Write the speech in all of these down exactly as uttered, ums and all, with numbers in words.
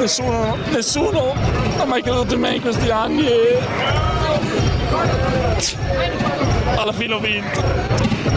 nessuno, nessuno ha mai creduto in me in questi anni e alla fine ho vinto.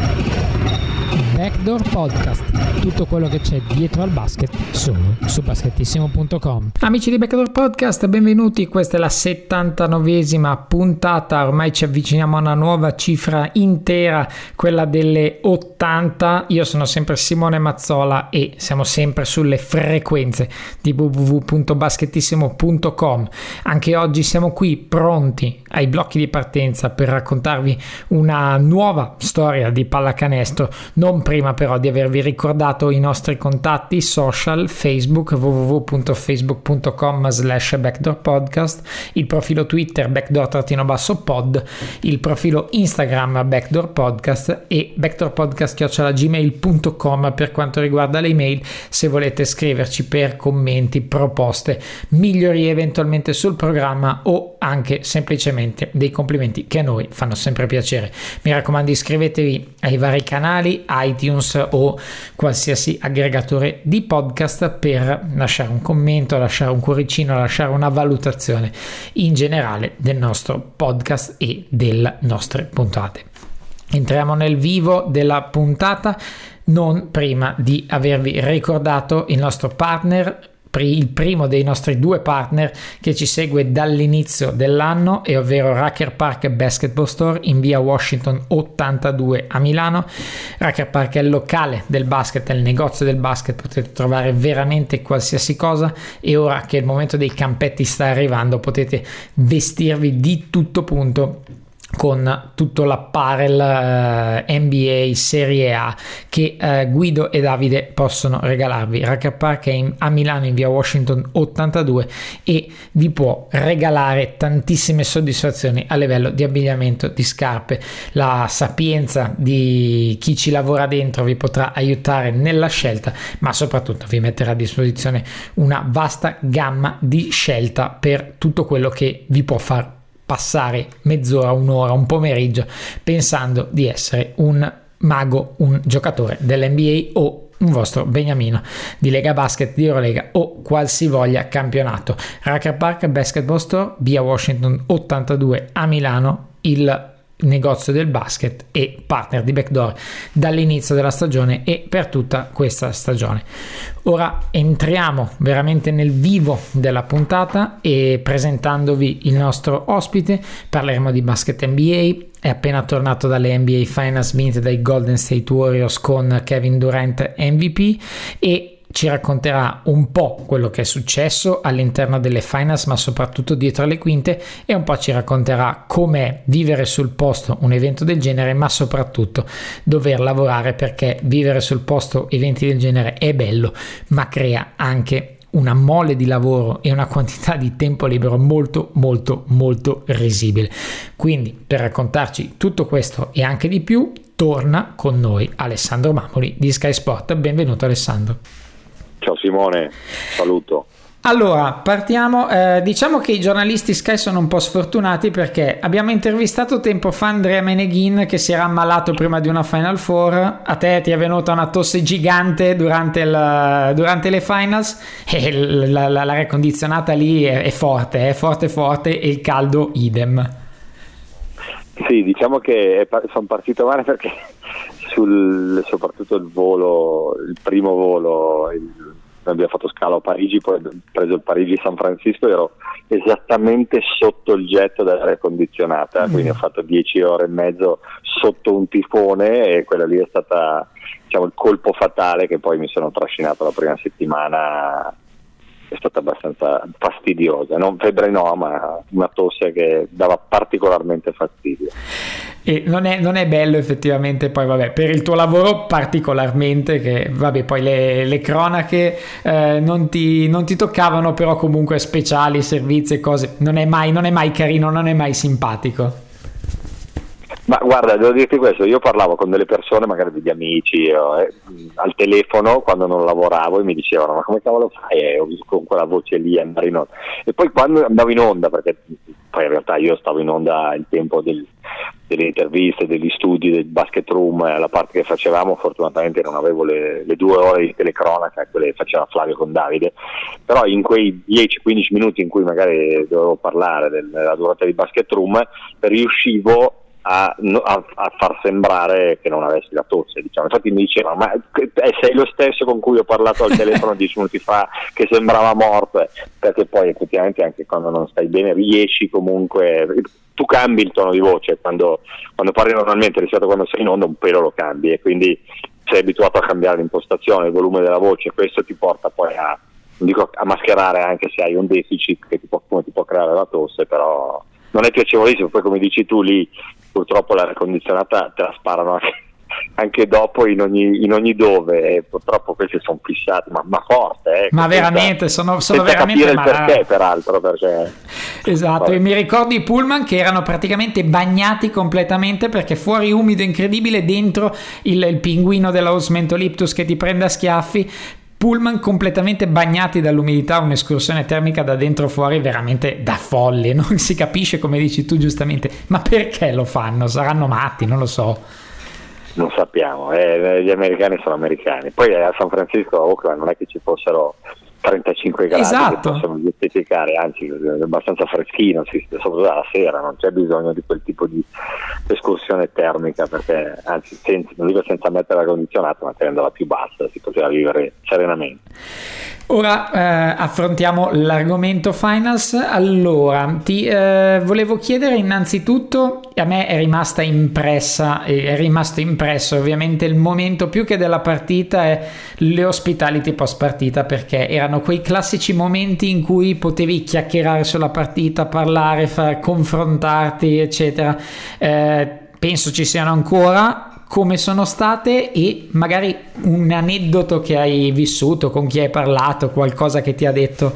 Backdoor Podcast, tutto quello che c'è dietro al basket solo su basketissimo punto com. Amici di Backdoor Podcast, benvenuti, questa è la settantanovesima puntata, ormai ci avviciniamo a una nuova cifra intera, quella delle ottanta. Io sono sempre Simone Mazzola e siamo sempre sulle frequenze di w w w punto basketissimo punto com. Anche oggi siamo qui pronti ai blocchi di partenza per raccontarvi una nuova storia di pallacanestro, non prima però di avervi ricordato i nostri contatti social: Facebook w w w punto facebook punto com slash backdoor podcast, il profilo Twitter backdoor-pod, il profilo Instagram backdoor podcast e backdoor podcast chiocciola gmail punto com per quanto riguarda le email, se volete scriverci per commenti, proposte, migliorie eventualmente sul programma o anche semplicemente dei complimenti che a noi fanno sempre piacere. Mi raccomando, iscrivetevi ai vari canali iTunes o qualsiasi aggregatore di podcast per lasciare un commento, lasciare un cuoricino, lasciare una valutazione in generale del nostro podcast e delle nostre puntate. Entriamo nel vivo della puntata, non prima di avervi ricordato il nostro partner, il primo dei nostri due partner che ci segue dall'inizio dell'anno, e ovvero Rucker Park Basketball Store in via Washington ottantadue a Milano. Rucker Park è il locale del basket, è il negozio del basket, potete trovare veramente qualsiasi cosa, e ora che il momento dei campetti sta arrivando potete vestirvi di tutto punto con tutto l'apparel eh, N B A Serie A che eh, Guido e Davide possono regalarvi. Rucker Park è in, a Milano in via Washington ottantadue e vi può regalare tantissime soddisfazioni a livello di abbigliamento, di scarpe. La sapienza di chi ci lavora dentro vi potrà aiutare nella scelta, ma soprattutto vi metterà a disposizione una vasta gamma di scelta per tutto quello che vi può far passare mezz'ora, un'ora, un pomeriggio pensando di essere un mago, un giocatore dell'N B A o un vostro beniamino di Lega Basket, di Eurolega o qualsivoglia campionato. Rucker Park Basketball Store, via Washington ottantadue a Milano, il negozio del basket e partner di Backdoor dall'inizio della stagione e per tutta questa stagione. Ora entriamo veramente nel vivo della puntata e presentandovi il nostro ospite parleremo di basket N B A. È appena tornato dalle N B A Finals vinte dai Golden State Warriors con Kevin Durant M V P e ci racconterà un po' quello che è successo all'interno delle finals, ma soprattutto dietro le quinte, e un po' ci racconterà com'è vivere sul posto un evento del genere, ma soprattutto dover lavorare, perché vivere sul posto eventi del genere è bello, ma crea anche una mole di lavoro e una quantità di tempo libero molto molto molto risibile. Quindi per raccontarci tutto questo e anche di più torna con noi Alessandro Mamoli di Sky Sport. Benvenuto Alessandro. Ciao Simone, saluto. Allora, partiamo. Eh, diciamo che i giornalisti Sky sono un po' sfortunati perché abbiamo intervistato tempo fa Andrea Meneghin che si era ammalato prima di una Final Four. A te ti è venuta una tosse gigante durante, il, durante le Finals e la, la, l'aria condizionata lì è, è forte, è forte forte e il caldo idem. Sì, diciamo che sono partito male perché sul, soprattutto il volo, il primo volo, il, abbiamo fatto scalo a Parigi, poi ho preso il Parigi-San Francisco, ero esattamente sotto il getto dell'aria condizionata, mm. quindi ho fatto dieci ore e mezzo sotto un tifone e quella lì è stata, diciamo, il colpo fatale che poi mi sono trascinato la prima settimana. È stata abbastanza fastidiosa, non febbre no, ma una tosse che dava particolarmente fastidio. E non è, non è bello effettivamente, poi vabbè, per il tuo lavoro particolarmente, che vabbè poi le, le cronache eh, non, ti, non ti toccavano, però comunque speciali, servizi e cose, non è mai, non è mai carino, non è mai simpatico. Ma guarda, devo dirti questo, io parlavo con delle persone, magari degli amici, o, eh, al telefono quando non lavoravo, e mi dicevano: ma come cavolo fai eh, con quella voce lì andare in onda? E poi quando andavo in onda, perché poi in realtà io stavo in onda il tempo del, delle interviste, degli studi, del basket room, la parte che facevamo, fortunatamente non avevo le, le due ore di telecronaca, quelle che faceva Flavio con Davide, però in quei dieci quindici minuti in cui magari dovevo parlare della durata di basket room, riuscivo A, a, a far sembrare che non avessi la tosse, diciamo. Infatti mi dicevano: ma sei lo stesso con cui ho parlato al telefono dieci minuti fa che sembrava morto, eh. Perché poi effettivamente anche quando non stai bene riesci comunque, tu cambi il tono di voce quando, quando parli normalmente rispetto a quando sei in onda, un pelo lo cambi, e quindi sei abituato a cambiare l'impostazione, il volume della voce. Questo ti porta poi a, non dico a mascherare, anche se hai un deficit che ti può, come ti può creare la tosse, però non è piacevolissimo. Poi come dici tu, lì purtroppo l'aria condizionata te la sparano anche, anche dopo in ogni, in ogni dove, e purtroppo questi sono fissati, ma, ma forte, eh, ma veramente senza, sono, sono senza veramente capire il perché, peraltro, perché esatto. E mi ricordo i pullman che erano praticamente bagnati completamente, perché fuori umido incredibile, dentro il, il pinguino dell'Osmentoliptus che ti prende a schiaffi. Pullman completamente bagnati dall'umidità, un'escursione termica da dentro fuori veramente da folli. Non si capisce, come dici tu giustamente, ma perché lo fanno? Saranno matti, non lo so. Non sappiamo, eh, gli americani sono americani. Poi a San Francisco, a Oakland, non è che ci fossero trentacinque gradi, esatto, che possono giustificare, anzi è abbastanza freschino, soprattutto alla sera, non c'è bisogno di quel tipo di escursione termica, perché anzi senza, non dico senza mettere la condizionata, ma tenendola più bassa si poteva vivere serenamente. Ora eh, affrontiamo l'argomento finals. Allora ti eh, volevo chiedere innanzitutto, a me è rimasta impressa è rimasto impresso ovviamente il momento, più che della partita, è le hospitality post partita, perché erano quei classici momenti in cui potevi chiacchierare sulla partita, parlare, far confrontarti eccetera. Eh, penso ci siano ancora. Come sono state? E magari un aneddoto che hai vissuto, con chi hai parlato, qualcosa che ti ha detto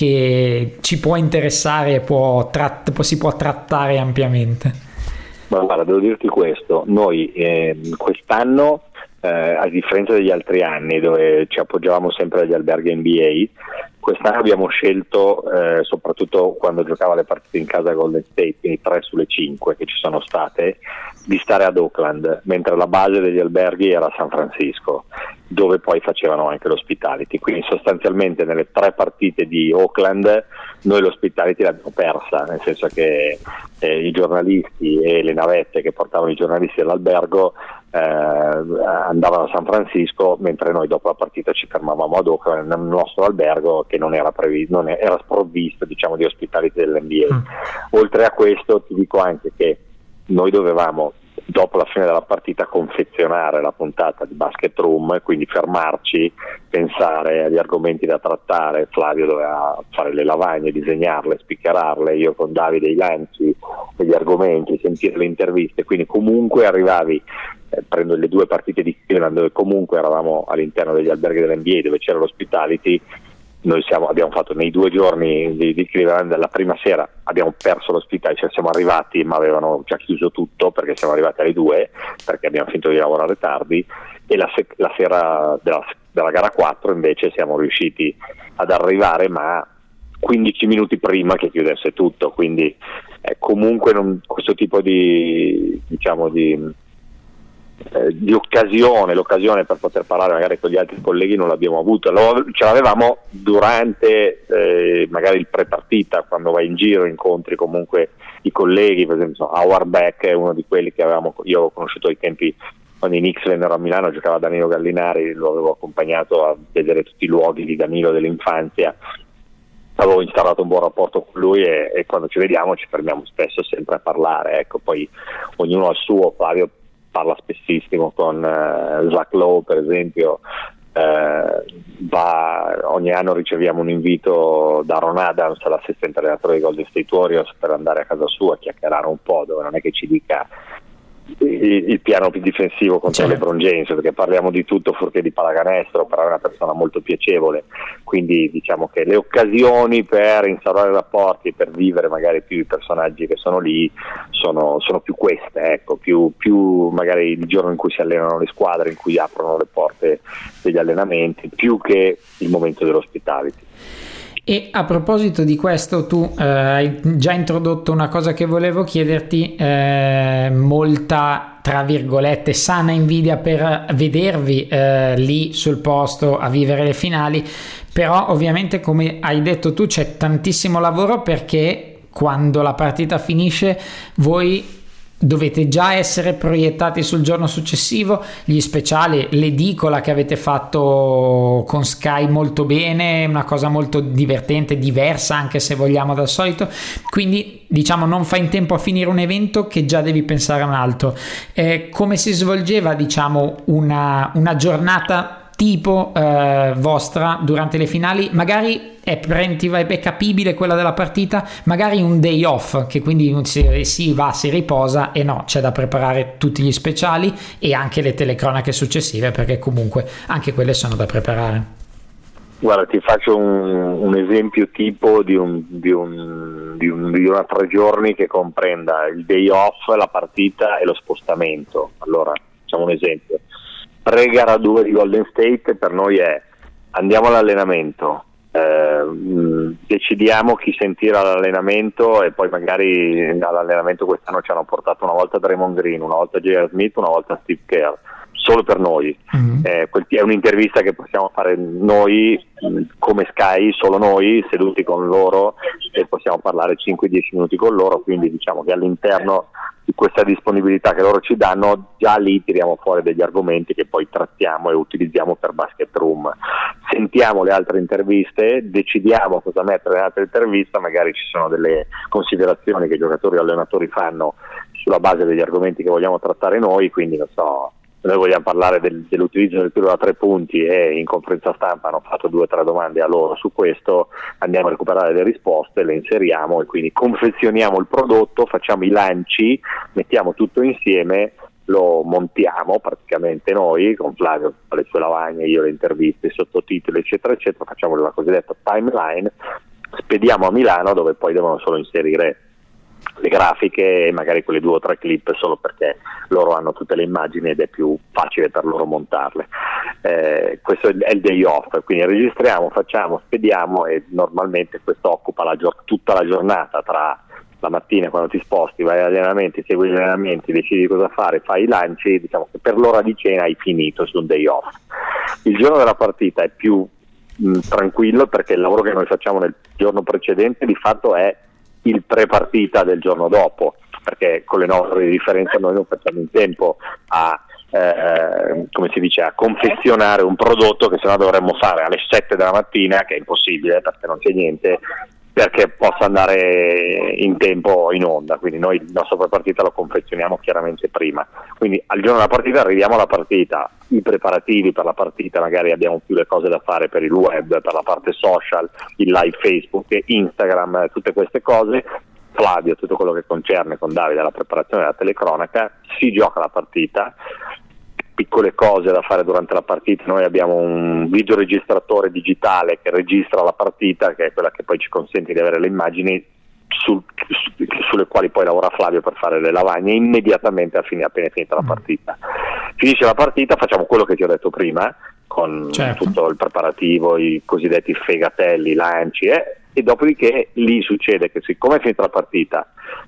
che ci può interessare e può tratt- si può trattare ampiamente. Ma guarda, devo dirti questo, noi eh, quest'anno, eh, a differenza degli altri anni dove ci appoggiavamo sempre agli alberghi N B A, quest'anno abbiamo scelto, eh, soprattutto quando giocava le partite in casa Golden State, quindi tre sulle cinque che ci sono state, di stare ad Oakland, mentre la base degli alberghi era a San Francisco, dove poi facevano anche l'hospitality. Quindi sostanzialmente nelle tre partite di Oakland noi l'hospitality l'abbiamo persa, nel senso che eh, i giornalisti e le navette che portavano i giornalisti all'albergo eh, andavano a San Francisco, mentre noi dopo la partita ci fermavamo ad Oakland nel nostro albergo, che non era previsto, non era sprovvisto, diciamo, di ospitality dell'N B A. Mm. Oltre a questo ti dico anche che noi dovevamo, dopo la fine della partita, confezionare la puntata di Basket Room, quindi fermarci, pensare agli argomenti da trattare. Flavio doveva fare le lavagne, disegnarle, spiccherarle, io con Davide i lanci degli argomenti, sentire le interviste, quindi comunque arrivavi, eh, prendo le due partite di Cleveland dove comunque eravamo all'interno degli alberghi dell'N B A dove c'era l'hospitality. Noi siamo, abbiamo fatto nei due giorni di, di Cleveland, la prima sera abbiamo perso l'ospitalità, cioè siamo arrivati ma avevano già chiuso tutto, perché siamo arrivati alle due, perché abbiamo finito di lavorare tardi, e la, se- la sera della, della gara quattro invece siamo riusciti ad arrivare, ma quindici minuti prima che chiudesse tutto, quindi eh, comunque non, questo tipo di, diciamo di Eh, di occasione, l'occasione per poter parlare magari con gli altri colleghi non l'abbiamo avuto, lo, ce l'avevamo durante eh, magari il pre-partita, quando vai in giro incontri comunque i colleghi. Per esempio Howard Beck è uno di quelli che avevamo, io ho conosciuto ai tempi quando i Knicks vennero a Milano, giocava Danilo Gallinari, lo avevo accompagnato a vedere tutti i luoghi di Danilo dell'infanzia, avevo instaurato un buon rapporto con lui, e, e quando ci vediamo ci fermiamo spesso sempre a parlare, ecco. Poi ognuno ha il suo. Flavio parla spessissimo con uh, Zach Lowe, per esempio, uh, va, ogni anno riceviamo un invito da Ron Adams, l'assistente allenatore dei Golden State Warriors, per andare a casa sua a chiacchierare un po', dove non è che ci dica il, il piano più difensivo contro certo. LeBron James, perché parliamo di tutto fuorché di pallacanestro, però è una persona molto piacevole, quindi diciamo che le occasioni per instaurare rapporti, per vivere magari più i personaggi che sono lì sono, sono più queste, ecco, più, più magari il giorno in cui si allenano le squadre, in cui aprono le porte degli allenamenti, più che il momento dell'hospitality. E a proposito di questo, tu eh, hai già introdotto una cosa che volevo chiederti, eh, molta tra virgolette sana invidia per vedervi eh, lì sul posto a vivere le finali, però ovviamente come hai detto tu c'è tantissimo lavoro, perché quando la partita finisce voi dovete già essere proiettati sul giorno successivo, gli speciali, l'edicola che avete fatto con Sky molto bene, una cosa molto divertente, diversa anche se vogliamo dal solito, quindi diciamo non fai in tempo a finire un evento che già devi pensare a un altro. Eh, come si svolgeva diciamo una, una giornata tipo eh, vostra durante le finali? Magari è preventiva, è capibile quella della partita, magari un day off che quindi si, si va, si riposa, e no, c'è da preparare tutti gli speciali e anche le telecronache successive, perché comunque anche quelle sono da preparare. Guarda, ti faccio un, un esempio tipo di, un, di, un, di, un, di una tre giorni che comprenda il day off, la partita e lo spostamento. Allora, facciamo un esempio. Pre-gara due di Golden State per noi è: andiamo all'allenamento, eh, decidiamo chi sentire all'allenamento, e poi magari all'allenamento quest'anno ci hanno portato una volta Draymond Green, una volta J R. Smith, una volta Steve Kerr, solo per noi. Mm-hmm. Eh, è un'intervista che possiamo fare noi come Sky, solo noi seduti con loro, e possiamo parlare cinque dieci minuti con loro, quindi diciamo che all'interno di questa disponibilità che loro ci danno, già lì tiriamo fuori degli argomenti che poi trattiamo e utilizziamo per Basket Room. Sentiamo le altre interviste, decidiamo cosa mettere nell'altra intervista, magari ci sono delle considerazioni che i giocatori e allenatori fanno sulla base degli argomenti che vogliamo trattare noi, quindi non so, noi vogliamo parlare del, dell'utilizzo del tiro da tre punti e in conferenza stampa hanno fatto due o tre domande a loro su questo, andiamo a recuperare le risposte, le inseriamo e quindi confezioniamo il prodotto, facciamo i lanci, mettiamo tutto insieme, lo montiamo praticamente noi con Flavio le sue lavagne, io le interviste, i sottotitoli eccetera eccetera, facciamo la cosiddetta timeline, spediamo a Milano dove poi devono solo inserire le grafiche e magari quelle due o tre clip, solo perché loro hanno tutte le immagini ed è più facile per loro montarle. Eh, questo è il day off, quindi registriamo, facciamo, spediamo, e normalmente questo occupa la gior- tutta la giornata, tra la mattina quando ti sposti, vai agli allenamenti, segui gli allenamenti, decidi cosa fare, fai i lanci, diciamo che per l'ora di cena hai finito su un day off. Il giorno della partita è più mh, tranquillo, perché il lavoro che noi facciamo nel giorno precedente di fatto è il pre-partita del giorno dopo, perché con le nostre differenze noi non facciamo in tempo a eh, come si dice, a confezionare un prodotto che sennò dovremmo fare alle sette della mattina, che è impossibile perché non c'è niente, perché possa andare in tempo in onda. Quindi noi il nostro pre-partita lo confezioniamo chiaramente prima, quindi al giorno della partita arriviamo alla partita, i preparativi per la partita, magari abbiamo più le cose da fare per il web, per la parte social, il live Facebook, Instagram, tutte queste cose. Flavio, tutto quello che concerne con Davide la preparazione della telecronaca, si gioca la partita, piccole cose da fare durante la partita. Noi abbiamo un videoregistratore digitale che registra la partita, che è quella che poi ci consente di avere le immagini sul, su, sulle quali poi lavora Flavio per fare le lavagne immediatamente appena è finita la partita. Finisce la partita, facciamo quello che ti ho detto prima, con certo. tutto il preparativo, i cosiddetti fegatelli, lanci, eh, e dopodiché lì succede che siccome è finita la partita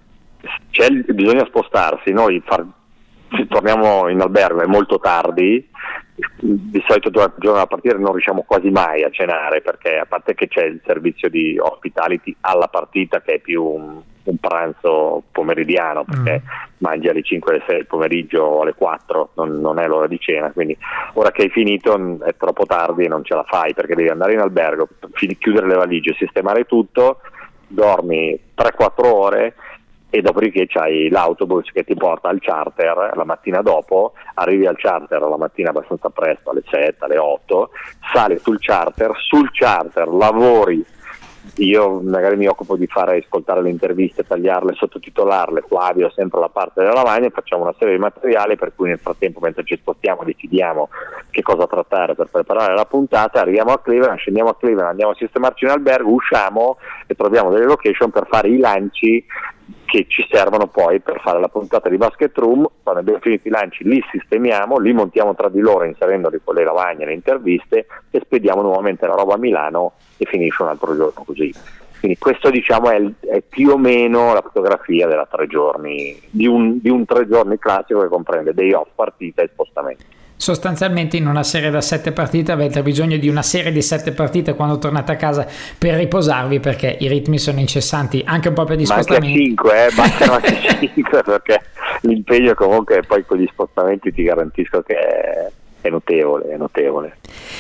c'è il, bisogna spostarsi, noi far, torniamo in albergo, è molto tardi, di solito durante il giorno della partita non riusciamo quasi mai a cenare, perché a parte che c'è il servizio di hospitality alla partita che è più un, un pranzo pomeridiano, perché mm. mangi alle cinque, alle sei del pomeriggio o alle quattro, non, non è l'ora di cena, quindi ora che hai finito è troppo tardi e non ce la fai, perché devi andare in albergo, chiudere le valigie, sistemare tutto, dormi tre quattro ore e dopodiché c'hai l'autobus che ti porta al charter la mattina dopo, arrivi al charter la mattina abbastanza presto, alle sette, alle otto, sali sul charter, sul charter lavori io magari mi occupo di fare ascoltare le interviste, tagliarle, sottotitolarle, Flavio sempre la parte della lavagna, facciamo una serie di materiali per cui nel frattempo, mentre ci spostiamo, decidiamo che cosa trattare per preparare la puntata, arriviamo a Cleveland, scendiamo a Cleveland, andiamo a sistemarci in albergo, usciamo e troviamo delle location per fare i lanci che ci servono poi per fare la puntata di Basket Room. Quando abbiamo finito i lanci li sistemiamo, li montiamo tra di loro inserendoli con le lavagne, le interviste, e spediamo nuovamente la roba a Milano e finisce un altro giorno così. Quindi questo, diciamo, è, il, è più o meno la fotografia della tre giorni, di un, di un tre giorni classico che comprende day off, partita e spostamento. Sostanzialmente in una serie da sette partite avete bisogno di una serie di sette partite quando tornate a casa per riposarvi, perché i ritmi sono incessanti, anche un po' per gli ma spostamenti. Anche a cinque, eh, bastano anche cinque, perché l'impegno comunque poi con gli spostamenti ti garantisco che è, è notevole, è notevole.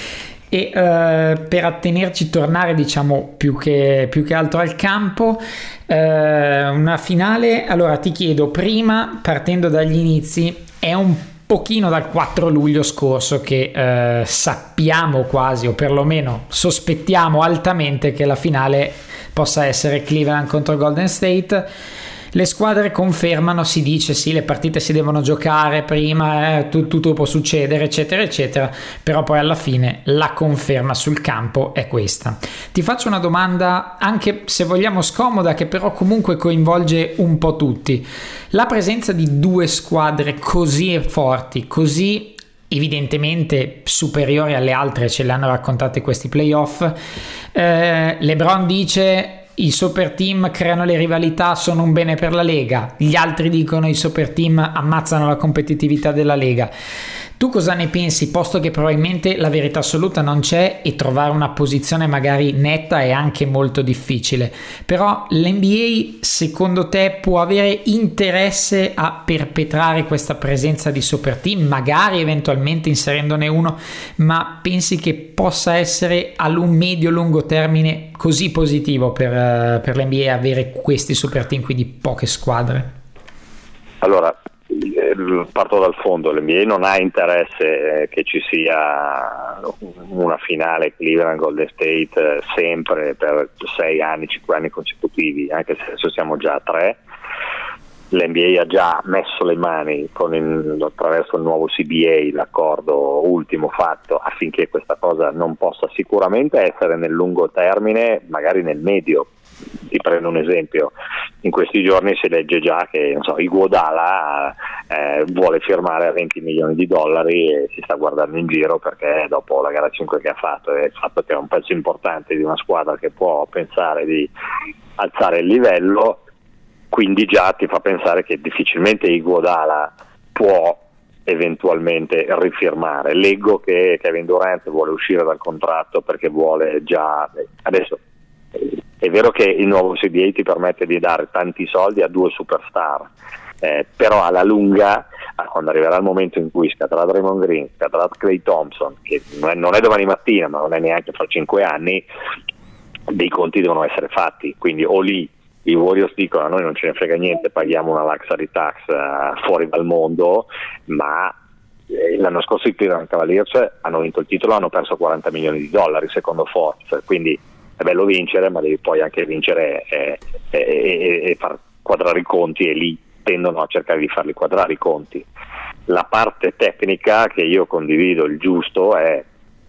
E uh, per attenerci, tornare diciamo più che, più che altro al campo, uh, una finale, allora ti chiedo prima, partendo dagli inizi, è un pochino dal quattro luglio scorso che eh, sappiamo quasi, o perlomeno sospettiamo altamente, che la finale possa essere Cleveland contro Golden State. Le squadre confermano, si dice sì, le partite si devono giocare prima, eh, tutto, tutto può succedere, eccetera eccetera, però poi alla fine la conferma sul campo è questa. Ti faccio una domanda, anche se vogliamo scomoda, che però comunque coinvolge un po' tutti. La presenza di due squadre così forti, così evidentemente superiori alle altre, ce le hanno raccontate questi playoff, eh, LeBron dice i super team creano le rivalità, sono un bene per la Lega, gli altri dicono i super team ammazzano la competitività della Lega. Tu cosa ne pensi, posto che probabilmente la verità assoluta non c'è e trovare una posizione magari netta è anche molto difficile, però l'N B A secondo te può avere interesse a perpetrare questa presenza di super team, magari eventualmente inserendone uno, ma pensi che possa essere a un medio-lungo termine così positivo per, per l'N B A avere questi super team, quindi poche squadre? Allora, parto dal fondo, l'N B A non ha interesse che ci sia una finale Cleveland Golden State sempre per sei anni, cinque anni consecutivi, anche se adesso siamo già a tre. L'N B A ha già messo le mani con il, attraverso il nuovo C B A, l'accordo ultimo fatto, affinché questa cosa non possa sicuramente essere nel lungo termine, magari nel medio. Ti prendo un esempio, in questi giorni si legge già che non so, Iguodala eh, vuole firmare a venti milioni di dollari e si sta guardando in giro perché dopo la gara cinque che ha fatto e il fatto che è un pezzo importante di una squadra che può pensare di alzare il livello, quindi già ti fa pensare che difficilmente Iguodala può eventualmente rifirmare. Leggo che Kevin Durant vuole uscire dal contratto perché vuole già adesso. È vero che il nuovo C B A ti permette di dare tanti soldi a due superstar, eh, però alla lunga, quando arriverà il momento in cui scatterà Draymond Green, scatterà Klay Thompson, che non è, non è domani mattina, ma non è neanche fra cinque anni, dei conti devono essere fatti. Quindi o lì i Warriors dicono a noi non ce ne frega niente, paghiamo una luxury tax uh, fuori dal mondo, ma eh, l'anno scorso i Cleveland Cavaliers hanno vinto il titolo, hanno perso quaranta milioni di dollari secondo Forbes, quindi è bello vincere, ma devi poi anche vincere e, e, e, e far quadrare i conti, e lì tendono a cercare di farli quadrare i conti. La parte tecnica che io condivido, il giusto, è,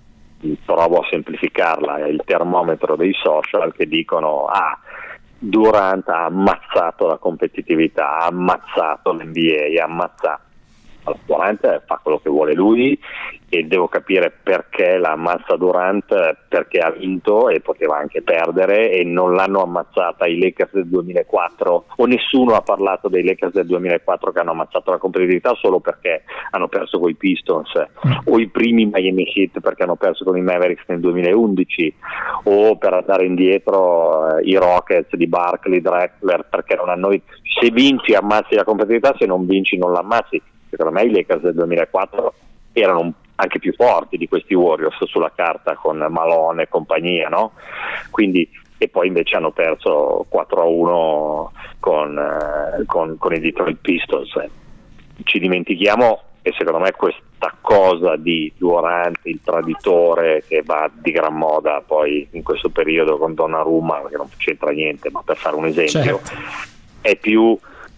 provo a semplificarla, è il termometro dei social che dicono ah, Durant ha ammazzato la competitività, ha ammazzato l'N B A, ha ammazzato. Allora, Durant fa quello che vuole lui e devo capire perché la ammazza Durant, perché ha vinto e poteva anche perdere, e non l'hanno ammazzata i Lakers del duemilaquattro, o nessuno ha parlato dei Lakers del duemilaquattro che hanno ammazzato la competitività solo perché hanno perso con i Pistons, o i primi Miami Heat perché hanno perso con i Mavericks nel duemilaundici, o per andare indietro eh, i Rockets di Barkley, Drexler, perché non hanno. Se vinci ammazzi la competitività, se non vinci non l'ammazzi. Secondo me i Lakers del duemilaquattro erano anche più forti di questi Warriors sulla carta, con Malone e compagnia, no? Quindi, e poi invece hanno perso quattro a uno con, eh, con, con i Detroit Pistons. Ci dimentichiamo e secondo me questa cosa di Durant, il traditore, che va di gran moda poi in questo periodo con Donnarumma, che non c'entra niente, ma per fare un esempio, certo. È più,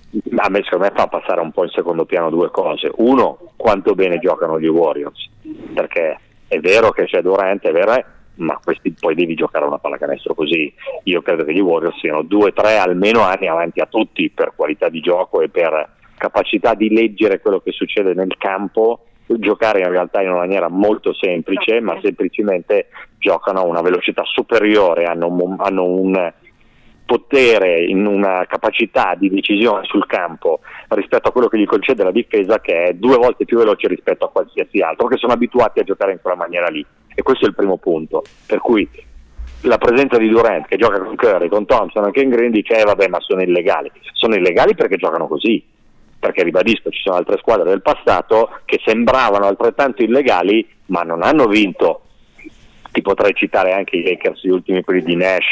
a me secondo me fa passare un po' in secondo piano due cose. Uno, quanto bene giocano gli Warriors, perché è vero che c'è Durant, è vero, ma questi poi devi giocare una pallacanestro così. Io credo che gli Warriors siano due tre almeno anni avanti a tutti per qualità di gioco e per capacità di leggere quello che succede nel campo, giocare in realtà in una maniera molto semplice, ma semplicemente giocano a una velocità superiore, hanno un, hanno un potere, in una capacità di decisione sul campo rispetto a quello che gli concede la difesa, che è due volte più veloce rispetto a qualsiasi altro, che sono abituati a giocare in quella maniera lì. E questo è il primo punto, per cui la presenza di Durant che gioca con Curry, con Thompson, anche in Green, dice eh, vabbè, ma sono illegali. Sono illegali perché giocano così, perché ribadisco, ci sono altre squadre del passato che sembravano altrettanto illegali ma non hanno vinto. Ti potrei citare anche i Lakers, gli ultimi, quelli di Nash,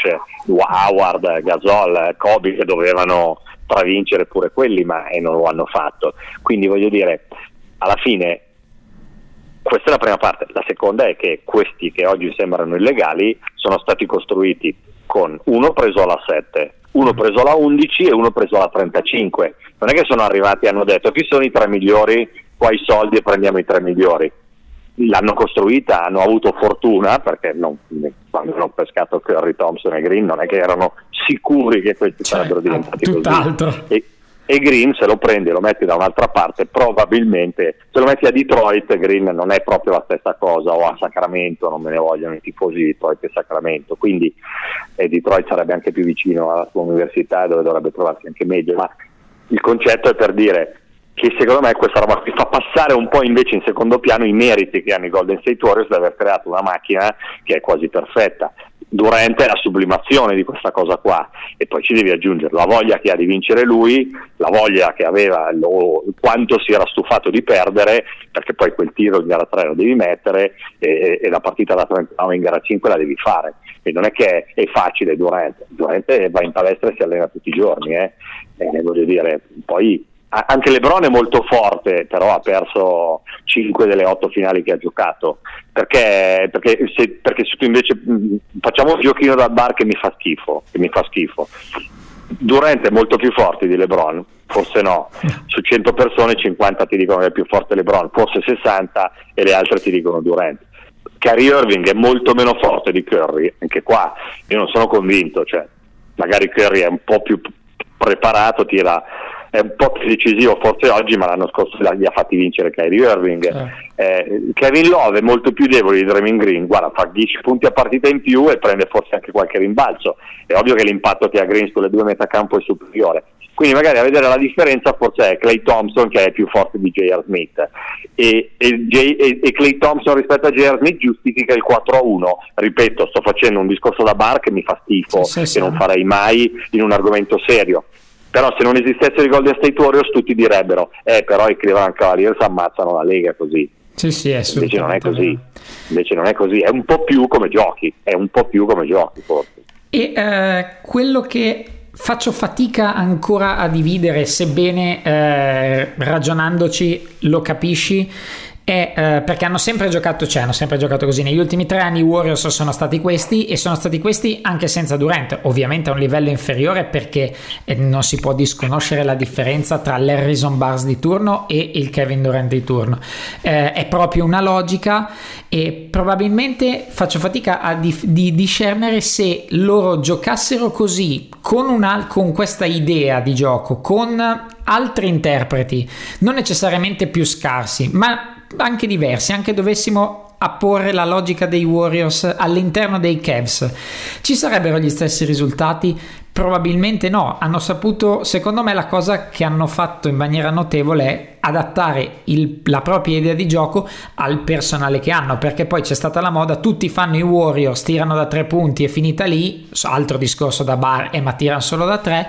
Howard, Gasol, Kobe, che dovevano travincere pure quelli, ma e non lo hanno fatto. Quindi voglio dire, alla fine questa è la prima parte. La seconda è che questi che oggi sembrano illegali sono stati costruiti con uno preso alla sette, uno preso alla undici e uno preso alla trentacinque. Non è che sono arrivati e hanno detto chi sono i tre migliori, qua i soldi e prendiamo i tre migliori. L'hanno costruita, hanno avuto fortuna, perché non, quando hanno pescato Curry, Thompson e Green non è che erano sicuri che questi cioè, sarebbero diventati tutt'altro. Così. E, e Green, se lo prendi e lo metti da un'altra parte, probabilmente se lo metti a Detroit, Green non è proprio la stessa cosa, o a Sacramento, non me ne vogliono i tifosi di Detroit e Sacramento, quindi eh, Detroit sarebbe anche più vicino alla sua università, dove dovrebbe trovarsi anche meglio, ma il concetto è per dire che secondo me questa roba qui fa passare un po' invece in secondo piano i meriti che hanno i Golden State Warriors di aver creato una macchina che è quasi perfetta. Durant è la sublimazione di questa cosa qua, e poi ci devi aggiungere la voglia che ha di vincere lui, la voglia che aveva, lo, quanto si era stufato di perdere, perché poi quel tiro in gara tre lo devi mettere e, e la partita da trentanove in gara cinque la devi fare, e non è che è facile. Durant Durant va in palestra e si allena tutti i giorni, eh? E voglio dire, poi anche LeBron è molto forte, però ha perso cinque delle otto finali che ha giocato, perché, perché, se, perché se tu invece mh, facciamo un giochino da bar che mi fa schifo, che mi fa schifo. Durant è molto più forte di LeBron, forse no, su cento persone cinquanta ti dicono che è più forte LeBron, forse sessanta, e le altre ti dicono Durant. Kyrie Irving è molto meno forte di Curry, anche qua io non sono convinto, cioè magari Curry è un po' più preparato, tira, è un po' più decisivo forse oggi, ma l'anno scorso gli ha fatti vincere Kyrie Irving. eh. Eh, Kevin Love è molto più debole di Draymond Green, guarda, fa dieci punti a partita in più e prende forse anche qualche rimbalzo. È ovvio che l'impatto che ha Green sulle due metacampo è superiore, quindi magari a vedere la differenza forse è Klay Thompson, che è più forte di J R. Smith, e, e, J, e, e Klay Thompson rispetto a J R. Smith giustifica il quattro a uno. Ripeto, sto facendo un discorso da bar che mi fa schifo, sì, sì, che sì. non farei mai in un argomento serio. Però se non esistessero i Golden State Warriors tutti direbbero eh però i Cleveland Cavaliers ammazzano la Lega così. Sì, sì, invece non è così. Invece non è così, è un po' più come giochi, è un po' più come giochi forse. E eh, quello che faccio fatica ancora a dividere, sebbene eh, ragionandoci lo capisci, è eh, perché hanno sempre giocato, cioè hanno sempre giocato così. Negli ultimi tre anni i Warriors sono stati questi, e sono stati questi anche senza Durant, ovviamente a un livello inferiore, perché eh, non si può disconoscere la differenza tra l'Harrison Barnes di turno e il Kevin Durant di turno. Eh, è proprio una logica, e probabilmente faccio fatica a di, di discernere se loro giocassero così con, una, con questa idea di gioco, con altri interpreti, non necessariamente più scarsi, ma anche diversi, anche dovessimo apporre la logica dei Warriors all'interno dei Cavs, ci sarebbero gli stessi risultati? Probabilmente no. Hanno saputo, secondo me la cosa che hanno fatto in maniera notevole è adattare il, la propria idea di gioco al personale che hanno, perché poi c'è stata la moda, tutti fanno i Warriors, tirano da tre punti, è finita lì, altro discorso da bar, e ma tirano solo da tre.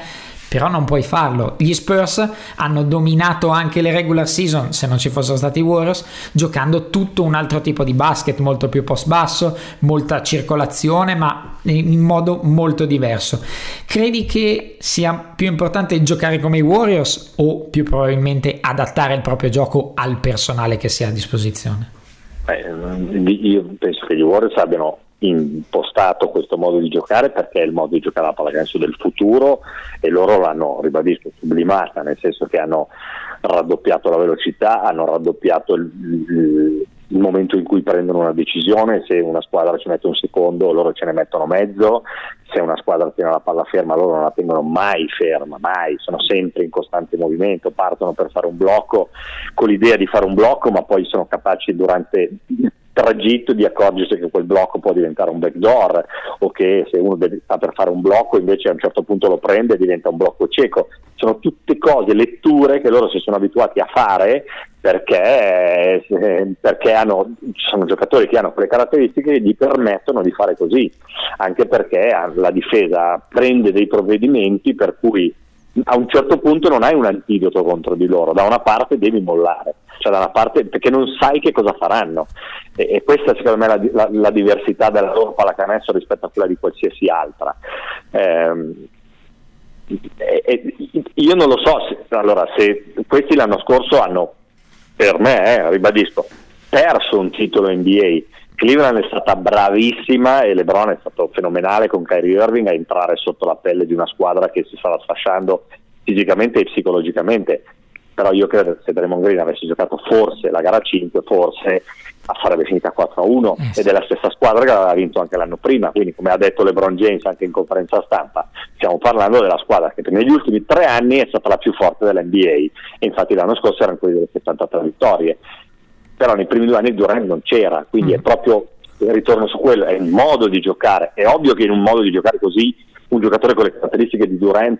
però non puoi farlo. Gli Spurs hanno dominato anche le regular season, se non ci fossero stati i Warriors, giocando tutto un altro tipo di basket, molto più post basso, molta circolazione, ma in modo molto diverso. Credi che sia più importante giocare come i Warriors o più probabilmente adattare il proprio gioco al personale che si ha a disposizione? Beh, io penso che gli Warriors abbiano impostato questo modo di giocare perché è il modo di giocare a pallacanestro del futuro, e loro l'hanno, ribadisco, sublimata, nel senso che hanno raddoppiato la velocità, hanno raddoppiato il, il, il momento in cui prendono una decisione. Se una squadra ci mette un secondo, loro ce ne mettono mezzo. Se una squadra tiene la palla ferma, loro non la tengono mai ferma, mai, sono sempre in costante movimento, partono per fare un blocco con l'idea di fare un blocco, ma poi sono capaci durante il tragitto di accorgersi che quel blocco può diventare un backdoor, o che se uno deve, sta per fare un blocco invece a un certo punto lo prende e diventa un blocco cieco. Sono tutte cose, letture che loro si sono abituati a fare perché, perché hanno, ci sono giocatori che hanno quelle caratteristiche che gli permettono di fare così, anche perché la difesa prende dei provvedimenti per cui a un certo punto non hai un antidoto contro di loro, da una parte devi mollare, cioè da una parte, perché non sai che cosa faranno, e, e questa secondo me è la, la, la diversità della loro pallacanestro rispetto a quella di qualsiasi altra. Eh, e, e, io non lo so se, allora, se questi l'anno scorso hanno, per me, eh, ribadisco, perso un titolo N B A. Cleveland è stata bravissima e LeBron è stato fenomenale con Kyrie Irving a entrare sotto la pelle di una squadra che si stava sfasciando fisicamente e psicologicamente, però io credo che se Draymond Green avesse giocato forse la gara cinque, forse sarebbe finita quattro a uno, eh sì. Ed è la stessa squadra che aveva vinto anche l'anno prima, quindi come ha detto LeBron James anche in conferenza stampa, stiamo parlando della squadra che negli ultimi tre anni è stata la più forte dell'N B A, e infatti l'anno scorso erano quelli delle settantatré vittorie, però nei primi due anni Durant non c'era, quindi mm. è proprio il ritorno su quello, è il modo di giocare. È ovvio che in un modo di giocare così un giocatore con le caratteristiche di Durant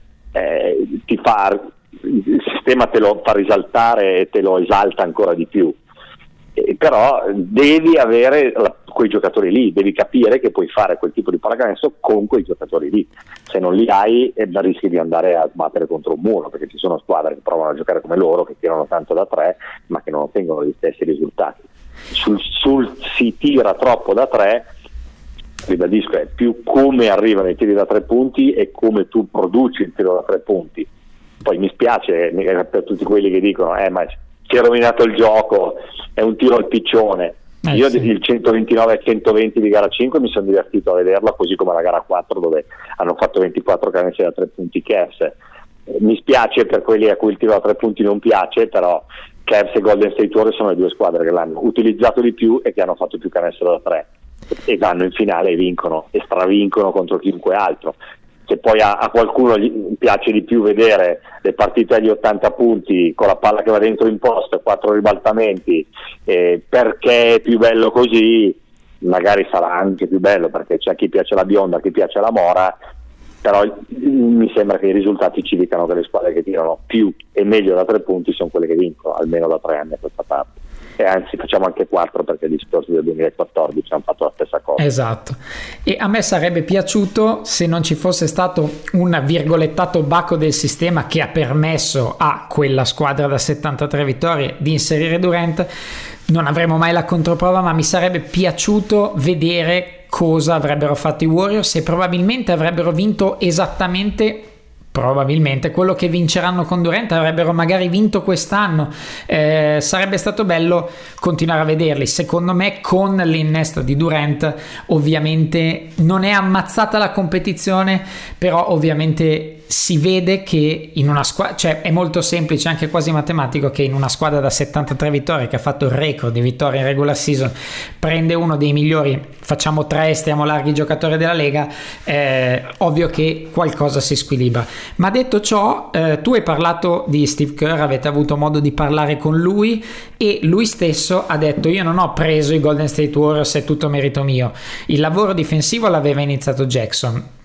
eh, ti fa, il sistema te lo fa risaltare e te lo esalta ancora di più, eh, però devi avere la, quei giocatori lì, devi capire che puoi fare quel tipo di pallacanestro con quei giocatori lì. Se non li hai eh, rischi di andare a sbattere contro un muro, perché ci sono squadre che provano a giocare come loro, che tirano tanto da tre ma che non ottengono gli stessi risultati. Sul, sul si tira troppo da tre, ribadisco, è più come arrivano i tiri da tre punti e come tu produci il tiro da tre punti. Poi mi spiace per tutti quelli che dicono eh ma si è rovinato il gioco, è un tiro al piccione. Eh, io sì. Il centoventinove a centoventi di gara cinque mi sono divertito a vederla, così come la gara quattro dove hanno fatto ventiquattro canestri da tre punti Cavs. Mi spiace per quelli a cui il tiro da tre punti non piace, però Cavs e Golden State Warriors sono le due squadre che l'hanno utilizzato di più e che hanno fatto più canestri da tre, e vanno in finale e vincono e stravincono contro chiunque altro. Se poi a, a qualcuno gli piace di più vedere le partite agli ottanta punti con la palla che va dentro in post, quattro ribaltamenti, eh, perché è più bello così, magari sarà anche più bello, perché c'è a chi piace la bionda, a chi piace la mora, però mi sembra che i risultati ci dicano che le squadre che tirano più e meglio da tre punti sono quelle che vincono, almeno da tre anni a questa parte. E anzi facciamo anche quattro, perché gli Spurs del duemilaquattordici hanno fatto la stessa cosa. Esatto, e a me sarebbe piaciuto se non ci fosse stato un virgolettato bacco del sistema che ha permesso a quella squadra da settantatré vittorie di inserire Durant. Non avremo mai la controprova, ma mi sarebbe piaciuto vedere cosa avrebbero fatto i Warriors, e probabilmente avrebbero vinto esattamente probabilmente quello che vinceranno con Durant, avrebbero magari vinto quest'anno. Eh, sarebbe stato bello continuare a vederli. Secondo me con l'innesto di Durant ovviamente non è ammazzata la competizione, però ovviamente si vede che in una squadra, cioè è molto semplice, anche quasi matematico, che in una squadra da settantatré vittorie che ha fatto il record di vittorie in regular season prende uno dei migliori, facciamo tre, stiamo larghi giocatori della Lega, eh, ovvio che qualcosa si squilibra. Ma detto ciò, eh, tu hai parlato di Steve Kerr, avete avuto modo di parlare con lui e lui stesso ha detto: io non ho preso i Golden State Warriors, è tutto merito mio, il lavoro difensivo l'aveva iniziato Jackson.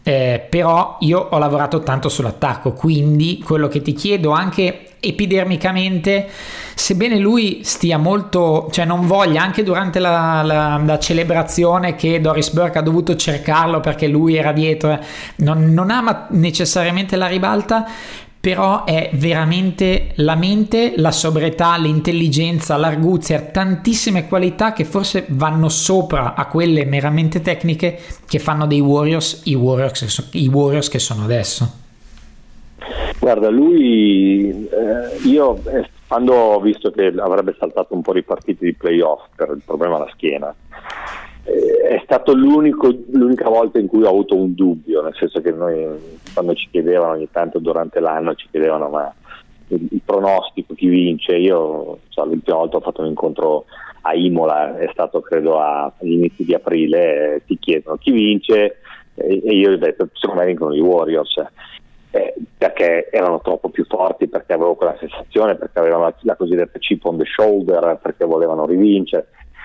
eh, però io ho lavorato tanto sull'attacco, quindi quello che ti chiedo anche epidermicamente, sebbene lui stia molto, cioè non voglia, anche durante la, la, la celebrazione che Doris Burke ha dovuto cercarlo perché lui era dietro, eh, non, non ama necessariamente la ribalta, però è veramente la mente, la sobrietà, l'intelligenza, l'arguzia, tantissime qualità che forse vanno sopra a quelle meramente tecniche che fanno dei Warriors i Warriors, i Warriors che sono adesso. Guarda, lui, eh, io eh, quando ho visto che avrebbe saltato un po' di partite di playoff per il problema alla schiena, eh, è stato l'unico, l'unica volta in cui ho avuto un dubbio, nel senso che noi quando ci chiedevano ogni tanto durante l'anno ci chiedevano ma il, il pronostico, chi vince, io cioè, l'ultima volta ho fatto un incontro a Imola, è stato credo a, agli inizi di aprile, eh, ti chiedono chi vince eh, e io ho detto secondo me vincono i Warriors. Eh, perché erano troppo più forti, perché avevo quella sensazione, perché avevano la, la cosiddetta chip on the shoulder, perché volevano rivincere.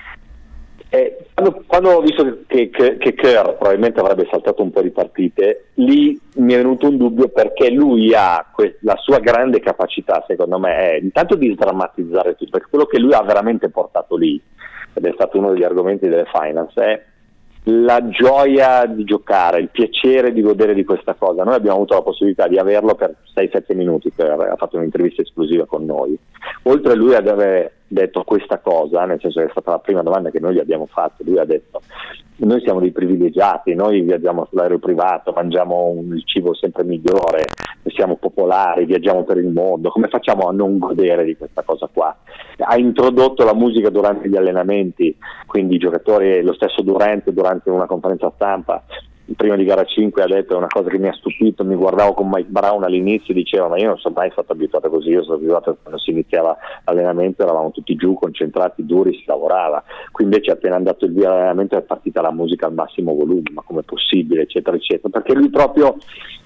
Eh, quando, quando ho visto che, che, che Kerr probabilmente avrebbe saltato un po' di partite, lì mi è venuto un dubbio, perché lui ha que- la sua grande capacità, secondo me, è intanto di sdrammatizzare tutto, perché quello che lui ha veramente portato lì, ed è stato uno degli argomenti delle finals, è la gioia di giocare, il piacere di godere di questa cosa. Noi abbiamo avuto la possibilità di averlo per sei sette minuti, per, ha fatto un'intervista esclusiva con noi. Oltre a lui ad aver detto questa cosa, nel senso che è stata la prima domanda che noi gli abbiamo fatto, lui ha detto noi siamo dei privilegiati, noi viaggiamo sull'aereo privato, mangiamo un, il cibo sempre migliore, siamo popolari, viaggiamo per il mondo, come facciamo a non godere di questa cosa qua? Ha introdotto la musica durante gli allenamenti, quindi i giocatori, lo stesso Durant durante una conferenza stampa prima di gara cinque ha detto una cosa che mi ha stupito, mi guardavo con Mike Brown all'inizio e dicevo ma io non sono mai stato abituato così, io sono abituato quando si iniziava l'allenamento eravamo tutti giù, concentrati, duri, si lavorava, qui invece appena andato il via l'allenamento è partita la musica al massimo volume, ma com'è possibile, eccetera eccetera, perché lui proprio,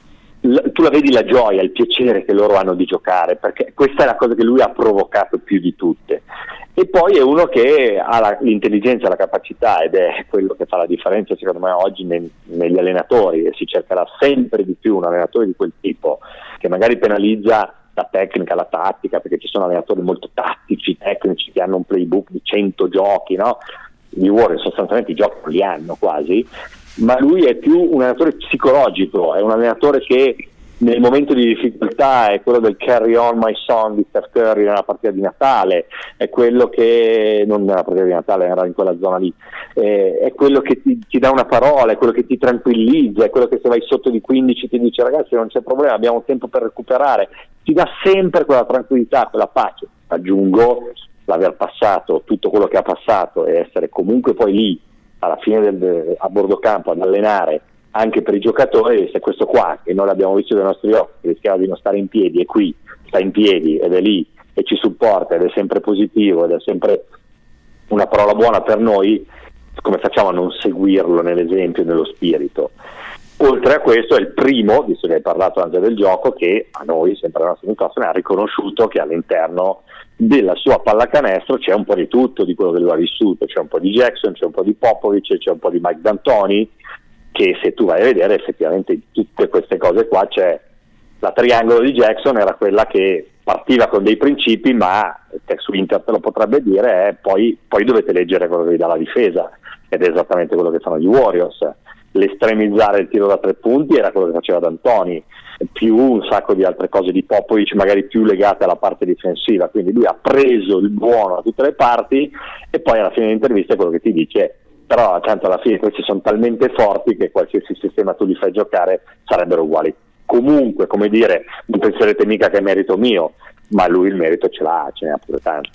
tu la vedi la gioia, il piacere che loro hanno di giocare, perché questa è la cosa che lui ha provocato più di tutte. E poi è uno che ha la, l'intelligenza, la capacità, ed è quello che fa la differenza secondo me oggi nei, negli allenatori, e si cercherà sempre di più un allenatore di quel tipo che magari penalizza la tecnica, la tattica, perché ci sono allenatori molto tattici, tecnici, che hanno un playbook di cento giochi, no? Gli Warriors sostanzialmente i giochi non li hanno quasi, ma lui è più un allenatore psicologico, è un allenatore che nel momento di difficoltà è quello del carry on my son di Steph Curry nella partita di Natale, è quello che, non nella partita di Natale, era in quella zona lì, eh, è quello che ti, ti dà una parola, è quello che ti tranquillizza, è quello che se vai sotto di quindici ti dice ragazzi non c'è problema, abbiamo tempo per recuperare, ti dà sempre quella tranquillità, quella pace. Aggiungo l'aver passato tutto quello che ha passato e essere comunque poi lì alla fine del, a bordo campo ad allenare anche per i giocatori, se questo qua che noi l'abbiamo visto dai nostri occhi, che rischiava di non stare in piedi, e qui sta in piedi ed è lì e ci supporta ed è sempre positivo ed è sempre una parola buona per noi, come facciamo a non seguirlo nell'esempio e nello spirito? Oltre a questo è il primo, visto che hai parlato anche del gioco, che a noi, sempre la nostra Newcastle, ha riconosciuto che all'interno della sua pallacanestro c'è un po' di tutto di quello che lui ha vissuto, c'è un po' di Jackson, c'è un po' di Popovic, c'è un po' di Mike D'Antoni, che se tu vai a vedere effettivamente in tutte queste cose qua c'è la triangolo di Jackson, era quella che partiva con dei principi, ma su Inter te lo potrebbe dire, è poi, poi dovete leggere quello che vi dà la difesa, ed è esattamente quello che fanno gli Warriors. L'estremizzare il tiro da tre punti era quello che faceva D'Antoni, più un sacco di altre cose di Popovic magari più legate alla parte difensiva, quindi lui ha preso il buono da tutte le parti e poi alla fine dell'intervista è quello che ti dice però tanto alla fine questi sono talmente forti che qualsiasi sistema tu li fai giocare sarebbero uguali. Comunque, come dire, non penserete mica che è merito mio, ma lui il merito ce l'ha, ce ne ha pure tanto.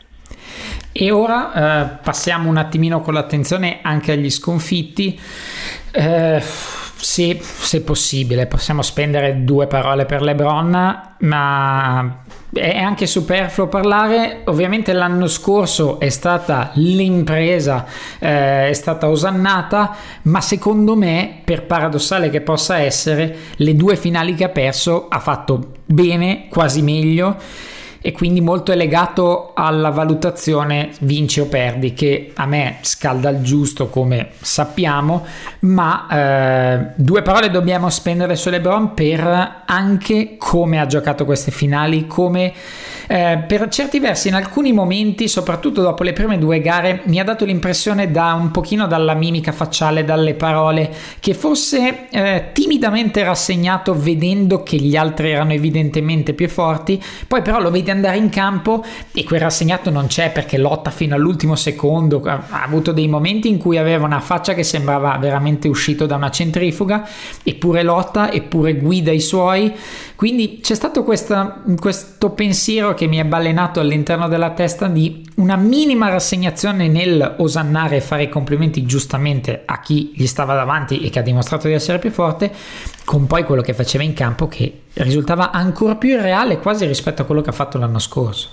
E ora eh, passiamo un attimino con l'attenzione anche agli sconfitti. Eh, sì, se possibile possiamo spendere due parole per LeBron, ma è anche superfluo parlare. Ovviamente l'anno scorso è stata l'impresa, eh, è stata osannata, ma secondo me, per paradossale che possa essere, le due finali che ha perso ha fatto bene, quasi meglio. e quindi molto è legato alla valutazione vinci o perdi, che a me scalda il giusto come sappiamo, ma eh, due parole dobbiamo spendere su LeBron per anche come ha giocato queste finali, come eh, per certi versi in alcuni momenti, soprattutto dopo le prime due gare, mi ha dato l'impressione da un pochino dalla mimica facciale, dalle parole, che fosse eh, timidamente rassegnato vedendo che gli altri erano evidentemente più forti, poi però lo vedi andare in campo e quel rassegnato non c'è, perché lotta fino all'ultimo secondo, ha avuto dei momenti in cui aveva una faccia che sembrava veramente uscito da una centrifuga, eppure lotta, eppure guida i suoi, quindi c'è stato questa, questo pensiero che mi è balenato all'interno della testa di una minima rassegnazione nel osannare e fare i complimenti giustamente a chi gli stava davanti e che ha dimostrato di essere più forte, con poi quello che faceva in campo che risultava ancora più irreale quasi rispetto a quello che ha fatto l'anno scorso.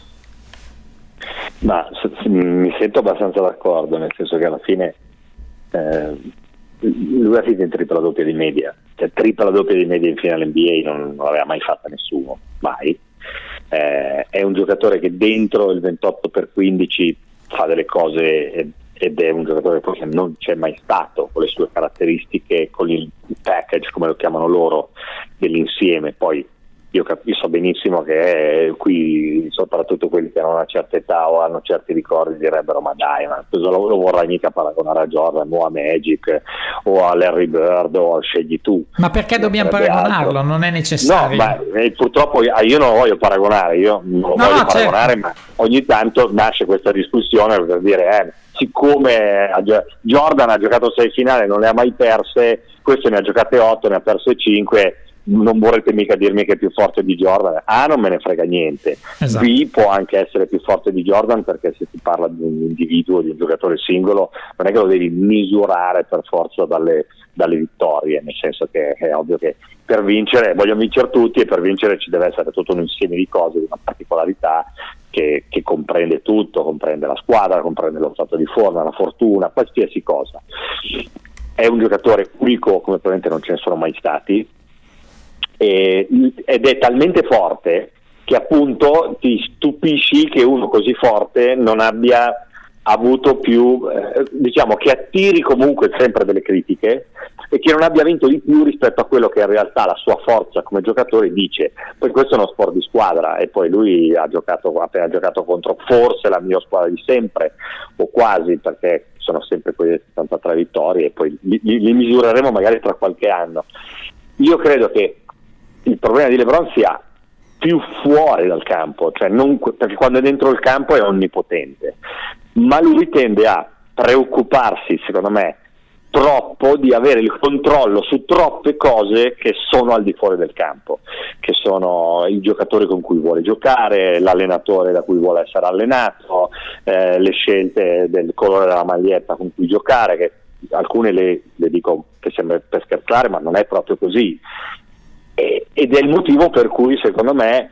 Ma mi sento abbastanza d'accordo, nel senso che alla fine eh, lui ha finito in tripla doppia di media, cioè tripla doppia di media in finale N B A non, non l'aveva mai fatta nessuno, mai. Eh, è un giocatore che dentro il ventotto per quindici fa delle cose ed è un giocatore che non c'è mai stato, con le sue caratteristiche, con il package come lo chiamano loro dell'insieme. Poi io, cap- io so benissimo che eh, qui soprattutto quelli che hanno una certa età o hanno certi ricordi direbbero ma dai, ma cosa lo, lo vorrai mica paragonare a Jordan o a Magic o a Larry Bird o a scegli tu. Ma perché dobbiamo paragonarlo? Altro. Non è necessario. No, ma eh, purtroppo io non lo voglio paragonare, io non lo no, voglio no, paragonare, certo. Ma ogni tanto nasce questa discussione per dire eh, siccome Jordan ha giocato sei finali, non le ha mai perse, questo ne ha giocate otto, ne ha perse cinque, non vorrete mica dirmi che è più forte di Jordan. A, non me ne frega niente. Esatto. B, può anche essere più forte di Jordan, perché se si parla di un individuo, di un giocatore singolo, non è che lo devi misurare per forza dalle, dalle vittorie, nel senso che è ovvio che per vincere vogliono vincere tutti, e per vincere ci deve essere tutto un insieme di cose, di una particolarità che, che comprende tutto, comprende la squadra, comprende lo stato di forma, la fortuna, qualsiasi cosa. È un giocatore unico come probabilmente non ce ne sono mai stati, ed è talmente forte che appunto ti stupisci che uno così forte non abbia avuto più, eh, diciamo che attiri comunque sempre delle critiche e che non abbia vinto di più rispetto a quello che in realtà la sua forza come giocatore dice. Poi questo è uno sport di squadra e poi lui ha giocato, ha appena giocato contro forse la mia squadra di sempre o quasi, perché sono sempre quelle settantatré vittorie e poi li, li, li misureremo magari tra qualche anno. Io credo che il problema di LeBron sia più fuori dal campo, cioè non, perché quando è dentro il campo è onnipotente, ma lui tende a preoccuparsi, secondo me, troppo di avere il controllo su troppe cose che sono al di fuori del campo, che sono i giocatori con cui vuole giocare, l'allenatore da cui vuole essere allenato, eh, le scelte del colore della maglietta con cui giocare, che alcune le, le dico che sembra per scherzare, ma non è proprio così. Ed è il motivo per cui secondo me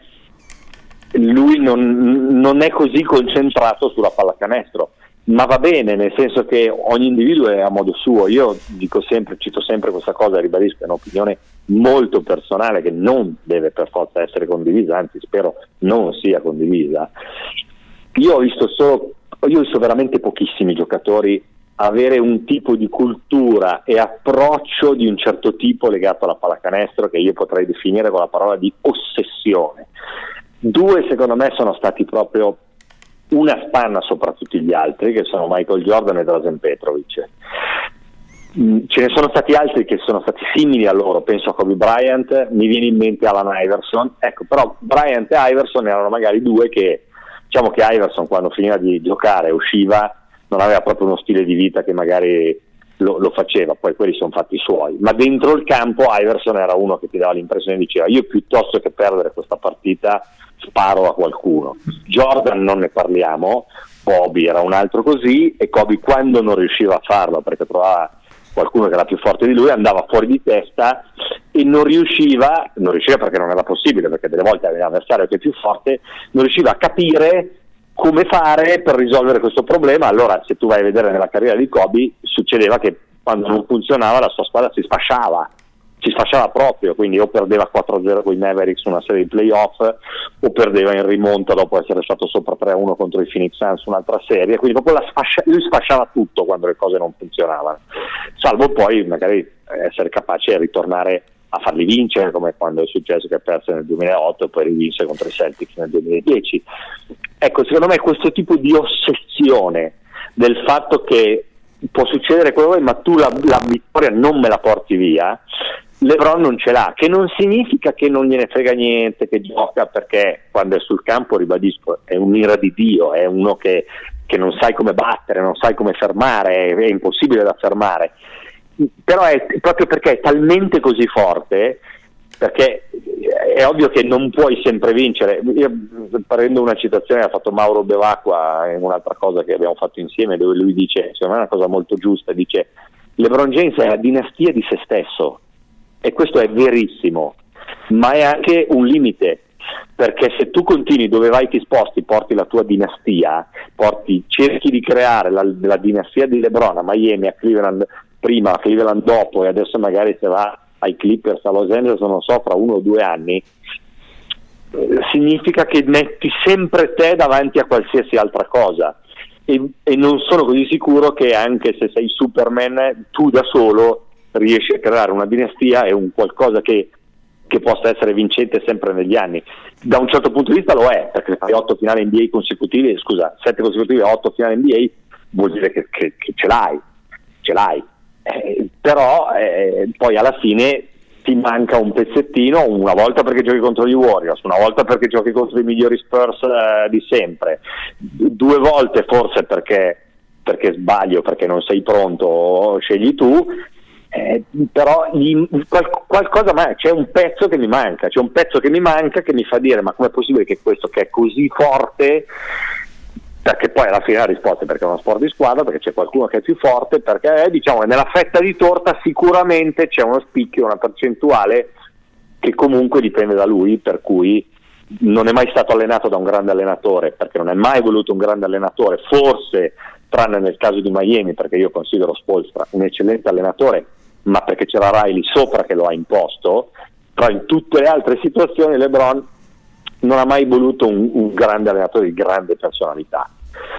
lui non, non è così concentrato sulla pallacanestro, ma va bene, nel senso che ogni individuo è a modo suo. Io dico sempre, cito sempre questa cosa, ribadisco, è un'opinione molto personale che non deve per forza essere condivisa, anzi spero non sia condivisa. Io ho visto solo, io ho visto veramente pochissimi giocatori avere un tipo di cultura e approccio di un certo tipo legato alla pallacanestro che io potrei definire con la parola di ossessione. Due secondo me sono stati proprio una spanna sopra tutti gli altri, che sono Michael Jordan e Drazen Petrovic. Ce ne sono stati altri che sono stati simili a loro, penso a Kobe Bryant, mi viene in mente Allen Iverson, ecco, però Bryant e Iverson erano magari due che, diciamo che Iverson quando finiva di giocare usciva, non aveva proprio uno stile di vita che magari lo, lo faceva, poi quelli sono fatti suoi, ma dentro il campo Iverson era uno che ti dava l'impressione, diceva io piuttosto che perdere questa partita sparo a qualcuno. Jordan non ne parliamo, Kobe era un altro così, e Kobe quando non riusciva a farlo perché trovava qualcuno che era più forte di lui andava fuori di testa e non riusciva, non riusciva perché non era possibile, perché delle volte aveva l'avversario che è più forte, non riusciva a capire come fare per risolvere questo problema. Allora se tu vai a vedere nella carriera di Kobe succedeva che quando non funzionava la sua squadra si sfasciava, si sfasciava proprio, quindi o perdeva quattro a zero con i Mavericks una serie di playoff, o perdeva in rimonta dopo essere stato sopra tre a uno contro i Phoenix Suns un'altra serie, quindi proprio la sfascia- lui sfasciava tutto quando le cose non funzionavano, salvo poi magari essere capace di ritornare a farli vincere, come quando è successo che perse nel duemilaotto e poi rivinse contro i Celtics nel duemiladieci. Ecco, secondo me questo tipo di ossessione del fatto che può succedere quello che vuoi, ma tu la, la vittoria non me la porti via, LeBron non ce l'ha, che non significa che non gliene frega niente, che gioca, perché quando è sul campo, ribadisco, è un'ira di Dio, è uno che, che non sai come battere, non sai come fermare, è, è impossibile da fermare, però è proprio perché è talmente così forte, perché è ovvio che non puoi sempre vincere. Io prendo una citazione che ha fatto Mauro Bevacqua in un'altra cosa che abbiamo fatto insieme, dove lui dice, secondo me è una cosa molto giusta, dice LeBron James è la dinastia di se stesso, e questo è verissimo, ma è anche un limite, perché se tu continui dove vai ti sposti, porti la tua dinastia, porti, cerchi di creare la, la dinastia di LeBron a Miami, a Cleveland prima, a Cleveland dopo, e adesso magari se va ai Clippers a Los Angeles, non so, fra uno o due anni, eh, significa che metti sempre te davanti a qualsiasi altra cosa, e, e non sono così sicuro che anche se sei Superman tu da solo riesci a creare una dinastia e un qualcosa che, che possa essere vincente sempre negli anni. Da un certo punto di vista lo è, perché fai otto finali N B A consecutivi, scusa, sette consecutivi e otto finali N B A vuol dire che, che, che ce l'hai, ce l'hai. Eh, però eh, poi alla fine ti manca un pezzettino, una volta perché giochi contro gli Warriors, una volta perché giochi contro i migliori Spurs eh, di sempre, due volte forse perché, perché sbaglio, perché non sei pronto, scegli tu, eh, però gli, qual, qualcosa ma c'è un pezzo che mi manca, c'è un pezzo che mi manca che mi fa dire ma com'è possibile che questo che è così forte, perché poi alla fine la risposta è perché è uno sport di squadra, perché c'è qualcuno che è più forte, perché diciamo nella fetta di torta sicuramente c'è uno spicchio, una percentuale che comunque dipende da lui, per cui non è mai stato allenato da un grande allenatore, perché non è mai voluto un grande allenatore, forse tranne nel caso di Miami, perché io considero Spoelstra un eccellente allenatore, ma perché c'era Riley sopra che lo ha imposto, però in tutte le altre situazioni LeBron non ha mai voluto un, un grande allenatore di grande personalità.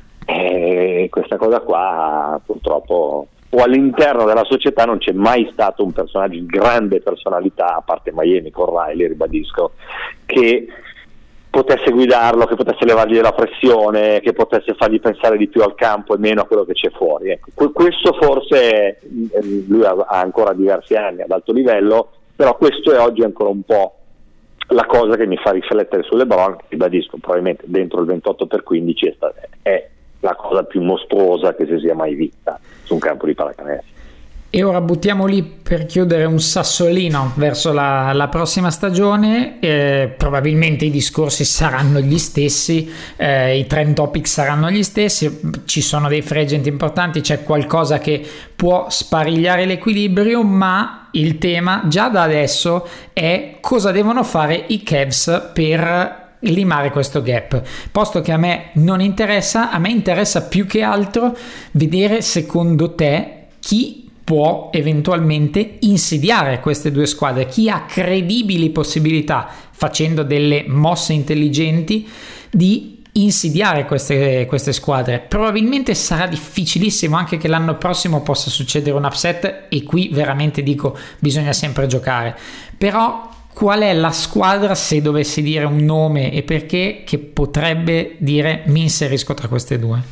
E questa cosa qua purtroppo, o all'interno della società non c'è mai stato un personaggio di grande personalità, a parte Miami con Riley, ribadisco, che potesse guidarlo, che potesse levargli la pressione, che potesse fargli pensare di più al campo e meno a quello che c'è fuori. Ecco, questo forse lui ha ancora diversi anni ad alto livello, però questo è oggi ancora un po' la cosa che mi fa riflettere su LeBron, ribadisco, probabilmente dentro il ventotto per quindici è, stata, è la cosa più mostruosa che si sia mai vista su un campo di pallacanestro. E ora buttiamo lì per chiudere un sassolino verso la, la prossima stagione. Eh, probabilmente i discorsi saranno gli stessi, eh, i trend topic saranno gli stessi, ci sono dei free agent importanti, c'è qualcosa che può sparigliare l'equilibrio, ma il tema già da adesso è cosa devono fare i Cavs per limare questo gap. Posto che a me non interessa, a me interessa più che altro vedere secondo te chi può eventualmente insidiare queste due squadre, chi ha credibili possibilità, facendo delle mosse intelligenti, di insidiare queste, queste squadre. Probabilmente sarà difficilissimo anche che l'anno prossimo possa succedere un upset, e qui veramente dico bisogna sempre giocare, però qual è la squadra, se dovessi dire un nome e perché, che potrebbe dire mi inserisco tra queste due?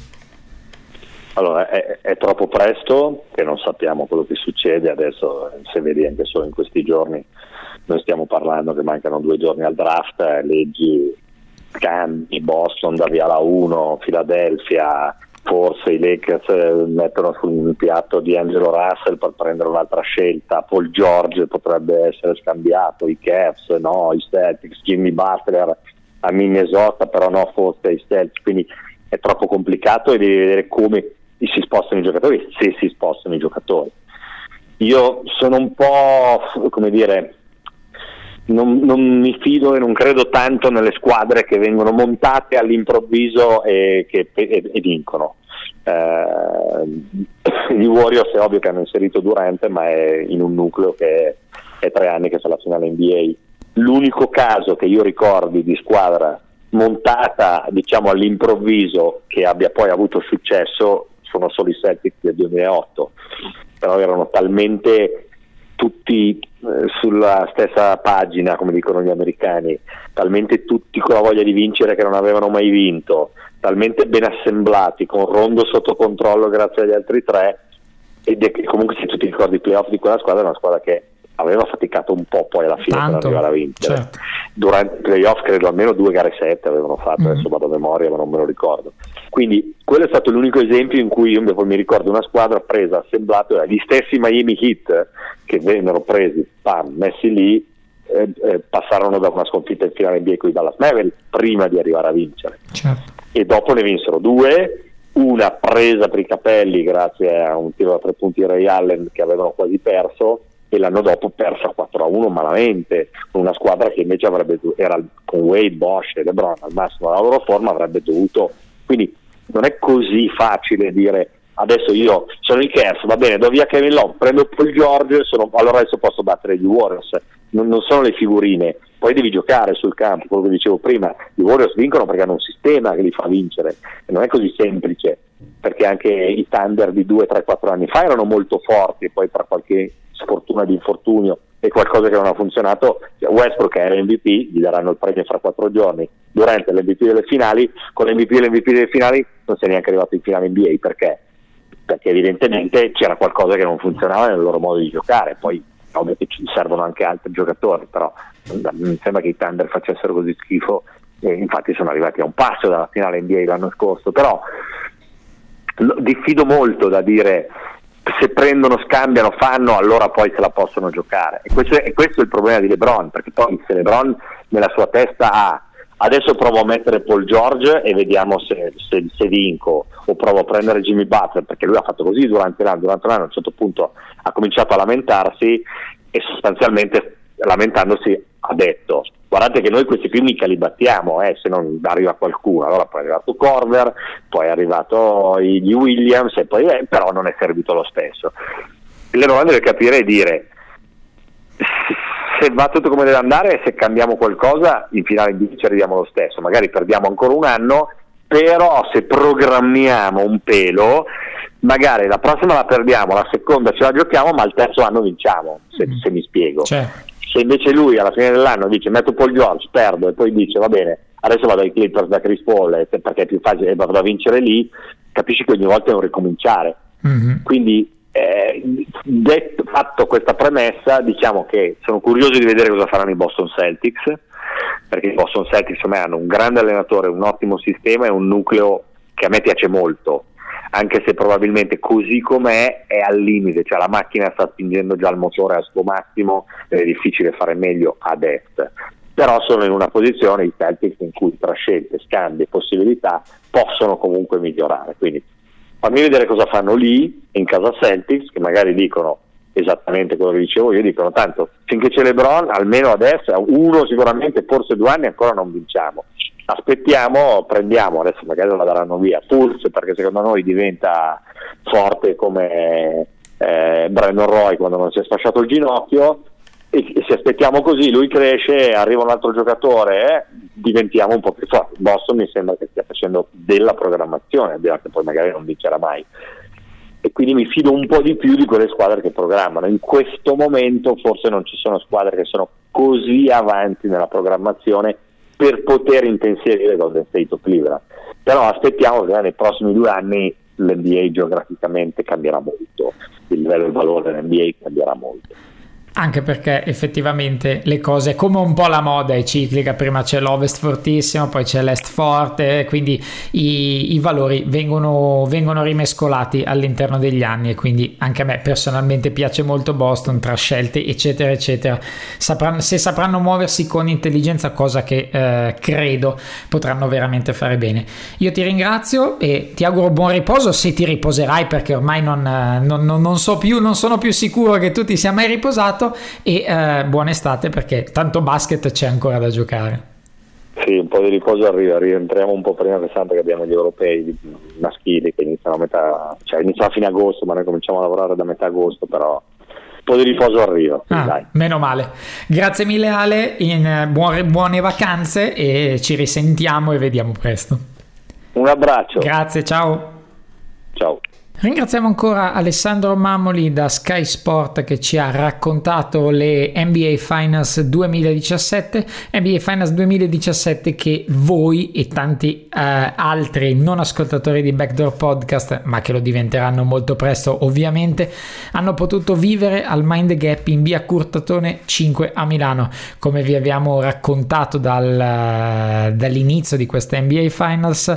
Allora, è, è troppo presto, che non sappiamo quello che succede adesso, se vedi anche solo in questi giorni, noi stiamo parlando che mancano due giorni al draft, eh, leggi cambi, Boston da via la uno, Philadelphia, forse i Lakers mettono sul piatto di Angelo Russell per prendere un'altra scelta, Paul George potrebbe essere scambiato, i Cavs, no, i Celtics, Jimmy Butler a Minnesota, però no, forse i Celtics, quindi è troppo complicato e devi vedere come si spostano i giocatori, se si spostano i giocatori. Io sono un po', come dire, non, non mi fido e non credo tanto nelle squadre che vengono montate all'improvviso e che e, e vincono. Eh, gli Warriors è ovvio che hanno inserito Durant, ma è in un nucleo che è tre anni che c'è la finale N B A. L'unico caso che io ricordi di squadra montata, diciamo, all'improvviso che abbia poi avuto successo sono solo i Celtics del duemilaotto, però erano talmente tutti eh, sulla stessa pagina, come dicono gli americani, talmente tutti con la voglia di vincere che non avevano mai vinto, talmente ben assemblati, con Rondo sotto controllo grazie agli altri tre, ed è che comunque, se tu ti ricordi i playoff di quella squadra, è una squadra che aveva faticato un po' poi alla fine Tanto, per arrivare a vincere. certo. Durante i playoff credo almeno due gare sette avevano fatto, mm. adesso vado a memoria ma non me lo ricordo. Quindi quello è stato l'unico esempio in cui io mi ricordo una squadra presa, assemblata, gli stessi Miami Heat che vennero presi, pam, messi lì, eh, eh, passarono da una sconfitta in finale N B A con i Dallas Mavericks prima di arrivare a vincere, certo. E dopo ne vinsero due, una presa per i capelli grazie a un tiro da tre punti di Ray Allen che avevano quasi perso, e l'anno dopo persa quattro a uno malamente, con una squadra che invece avrebbe era con Wade, Bosch e LeBron al massimo della loro forma, avrebbe dovuto. Quindi non è così facile dire adesso io sono i Cavs, va bene, do via Kevin Love, prendo Paul George, sono, allora adesso posso battere gli Warriors. Non, non sono le figurine, poi devi giocare sul campo, quello che dicevo prima, i Warriors vincono perché hanno un sistema che li fa vincere, e non è così semplice, perché anche i Thunder di due, tre, quattro anni fa erano molto forti, e poi per qualche sfortuna di infortunio e qualcosa che non ha funzionato, Westbrook era M V P, gli daranno il premio fra quattro giorni, Durant l'M V P delle finali, con l'M V P e l'M V P delle finali non si è neanche arrivato in finale N B A, perché? Perché evidentemente c'era qualcosa che non funzionava nel loro modo di giocare. Poi ovvio che ci servono anche altri giocatori, però mi sembra che i Thunder facessero così schifo, e infatti sono arrivati a un passo dalla finale N B A l'anno scorso, però diffido molto da dire se prendono, scambiano, fanno, allora poi se la possono giocare, e questo è, e questo è il problema di LeBron, perché poi se LeBron nella sua testa ha adesso provo a mettere Paul George e vediamo se, se, se vinco, o provo a prendere Jimmy Butler, perché lui ha fatto così durante l'anno, durante l'anno a un certo punto ha cominciato a lamentarsi, e sostanzialmente lamentandosi ha detto guardate che noi questi qui mica li battiamo, eh, se non arriva qualcuno. Allora poi è arrivato Korver, poi è arrivato gli Williams, e poi eh, però non è servito lo stesso. LeBron deve capire e dire se va tutto come deve andare, se cambiamo qualcosa in finale N B A ci arriviamo lo stesso, magari perdiamo ancora un anno, però se programmiamo un pelo magari la prossima la perdiamo, la seconda ce la giochiamo, ma il terzo anno vinciamo, se, se mi spiego. Certo. Se invece lui alla fine dell'anno dice metto Paul George, perdo, e poi dice va bene, adesso vado ai Clippers da Chris Paul perché è più facile, vado a vincere lì, capisci che ogni volta è un ricominciare. Mm-hmm. Quindi eh, detto, fatto questa premessa, diciamo che sono curioso di vedere cosa faranno i Boston Celtics, perché i Boston Celtics a me hanno un grande allenatore, un ottimo sistema e un nucleo che a me piace molto, anche se probabilmente così com'è è al limite, cioè la macchina sta spingendo già il motore al suo massimo, è difficile fare meglio ad est, però sono in una posizione, i Celtics, in cui tra scelte, scambi e possibilità possono comunque migliorare. Quindi fammi vedere cosa fanno lì in casa Celtics, che magari dicono esattamente quello che dicevo io, dicono tanto finché c'è LeBron almeno adesso uno sicuramente, forse due anni ancora non vinciamo, aspettiamo, prendiamo, adesso magari la daranno via Pulse, perché secondo noi diventa forte come eh, Brandon Roy quando non si è sfasciato il ginocchio, e, e se aspettiamo così lui cresce, arriva un altro giocatore, eh, diventiamo un po' più forti. Boston mi sembra che stia facendo della programmazione, al di là che poi magari non vincerà mai, e quindi mi fido un po' di più di quelle squadre che programmano. In questo momento forse non ci sono squadre che sono così avanti nella programmazione per poter intensivire Golden State o Cleveland, però aspettiamo che nei prossimi due anni l'N B A geograficamente cambierà molto, il livello e il valore dell'N B A cambierà molto. Anche perché effettivamente le cose, come un po' la moda è ciclica, prima c'è l'Ovest fortissimo, poi c'è l'Est forte, quindi i, i valori vengono, vengono rimescolati all'interno degli anni, e quindi anche a me personalmente piace molto Boston, tra scelte eccetera eccetera. Sapranno, se sapranno muoversi con intelligenza, cosa che eh, credo potranno veramente fare bene. Io ti ringrazio e ti auguro buon riposo, se ti riposerai, perché ormai non, non, non, non so più, non sono più sicuro che tu ti sia mai riposato, e eh, buona estate, perché tanto basket c'è ancora da giocare. Sì, un po' di riposo arriva, rientriamo un po' prima, pensando che abbiamo gli europei maschili che iniziano a metà, cioè iniziano a fine agosto, ma noi cominciamo a lavorare da metà agosto, però po' di riposo arriva. Ah, dai. Meno male. Grazie mille Ale, in buone, buone vacanze e ci risentiamo e vediamo presto. Un abbraccio. Grazie, ciao. Ciao. Ringraziamo ancora Alessandro Mamoli da Sky Sport che ci ha raccontato le N B A Finals duemiladiciassette, N B A Finals duemiladiciassette che voi e tanti eh, altri non ascoltatori di Backdoor Podcast, ma che lo diventeranno molto presto ovviamente, hanno potuto vivere al Mind the Gap in via Curtatone cinque a Milano. Come vi abbiamo raccontato dal, dall'inizio di questa N B A Finals,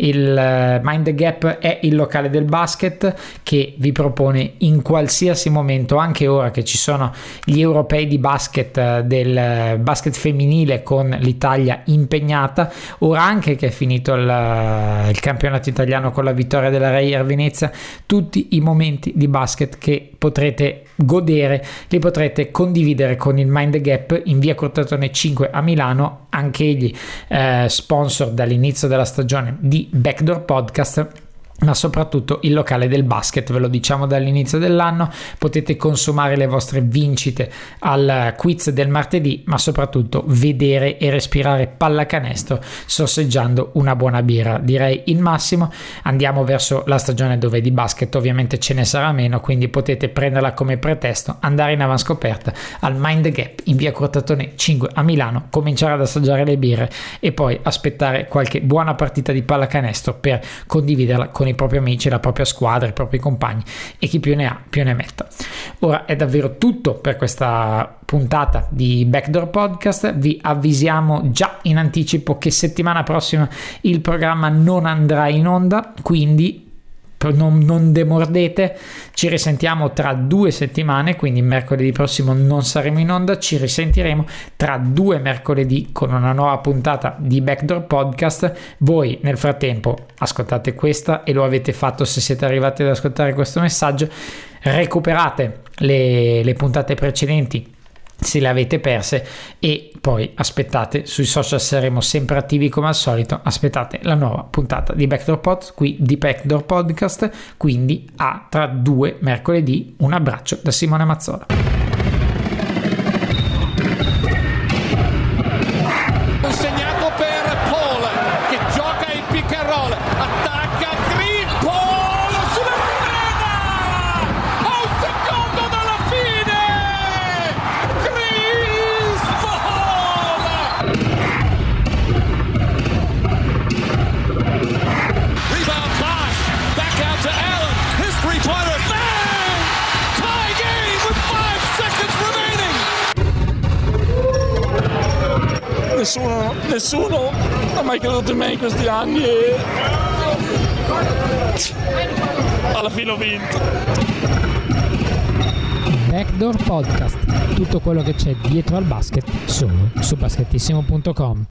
il Mind the Gap è il locale del basket che vi propone in qualsiasi momento, anche ora che ci sono gli europei di basket, del basket femminile con l'Italia impegnata, ora anche che è finito il, il campionato italiano con la vittoria della Reyer Venezia, tutti i momenti di basket che potrete godere li potrete condividere con il Mind the Gap in via Curtatone cinque a Milano, anche egli eh, sponsor dall'inizio della stagione di Backdoor Podcast, ma soprattutto il locale del basket, ve lo diciamo dall'inizio dell'anno. Potete consumare le vostre vincite al quiz del martedì, ma soprattutto vedere e respirare pallacanestro sorseggiando una buona birra, direi il massimo. Andiamo verso la stagione dove di basket ovviamente ce ne sarà meno, quindi potete prenderla come pretesto, andare in avanscoperta al Mind the Gap in via Curtatone cinque a Milano, cominciare ad assaggiare le birre e poi aspettare qualche buona partita di pallacanestro per condividerla con i propri amici, la propria squadra, i propri compagni e chi più ne ha più ne metta. Ora è davvero tutto per questa puntata di Backdoor Podcast. Vi avvisiamo già in anticipo che settimana prossima il programma non andrà in onda, quindi non, non demordete, ci risentiamo tra due settimane, quindi mercoledì prossimo non saremo in onda, ci risentiremo tra due mercoledì con una nuova puntata di Backdoor Podcast. Voi nel frattempo ascoltate questa, e lo avete fatto se siete arrivati ad ascoltare questo messaggio, recuperate le, le puntate precedenti se le avete perse e poi aspettate, sui social saremo sempre attivi come al solito, aspettate la nuova puntata di Backdoor Pod qui di Backdoor Podcast, quindi a tra due mercoledì. Un abbraccio da Simone Mazzola. Segnato per Paul che gioca il pick and roll, attacca Green, Paul sulla sfrena, a un secondo dalla fine, Chris Paul, rebound pass back out to Allen, his three-pointer, bang, tie game with five seconds remaining. Nessuno, nessuno ha mai creduto in me in questi anni e alla fine ho vinto. Backdoor Podcast, tutto quello che c'è dietro al basket solo su basketissimo punto com.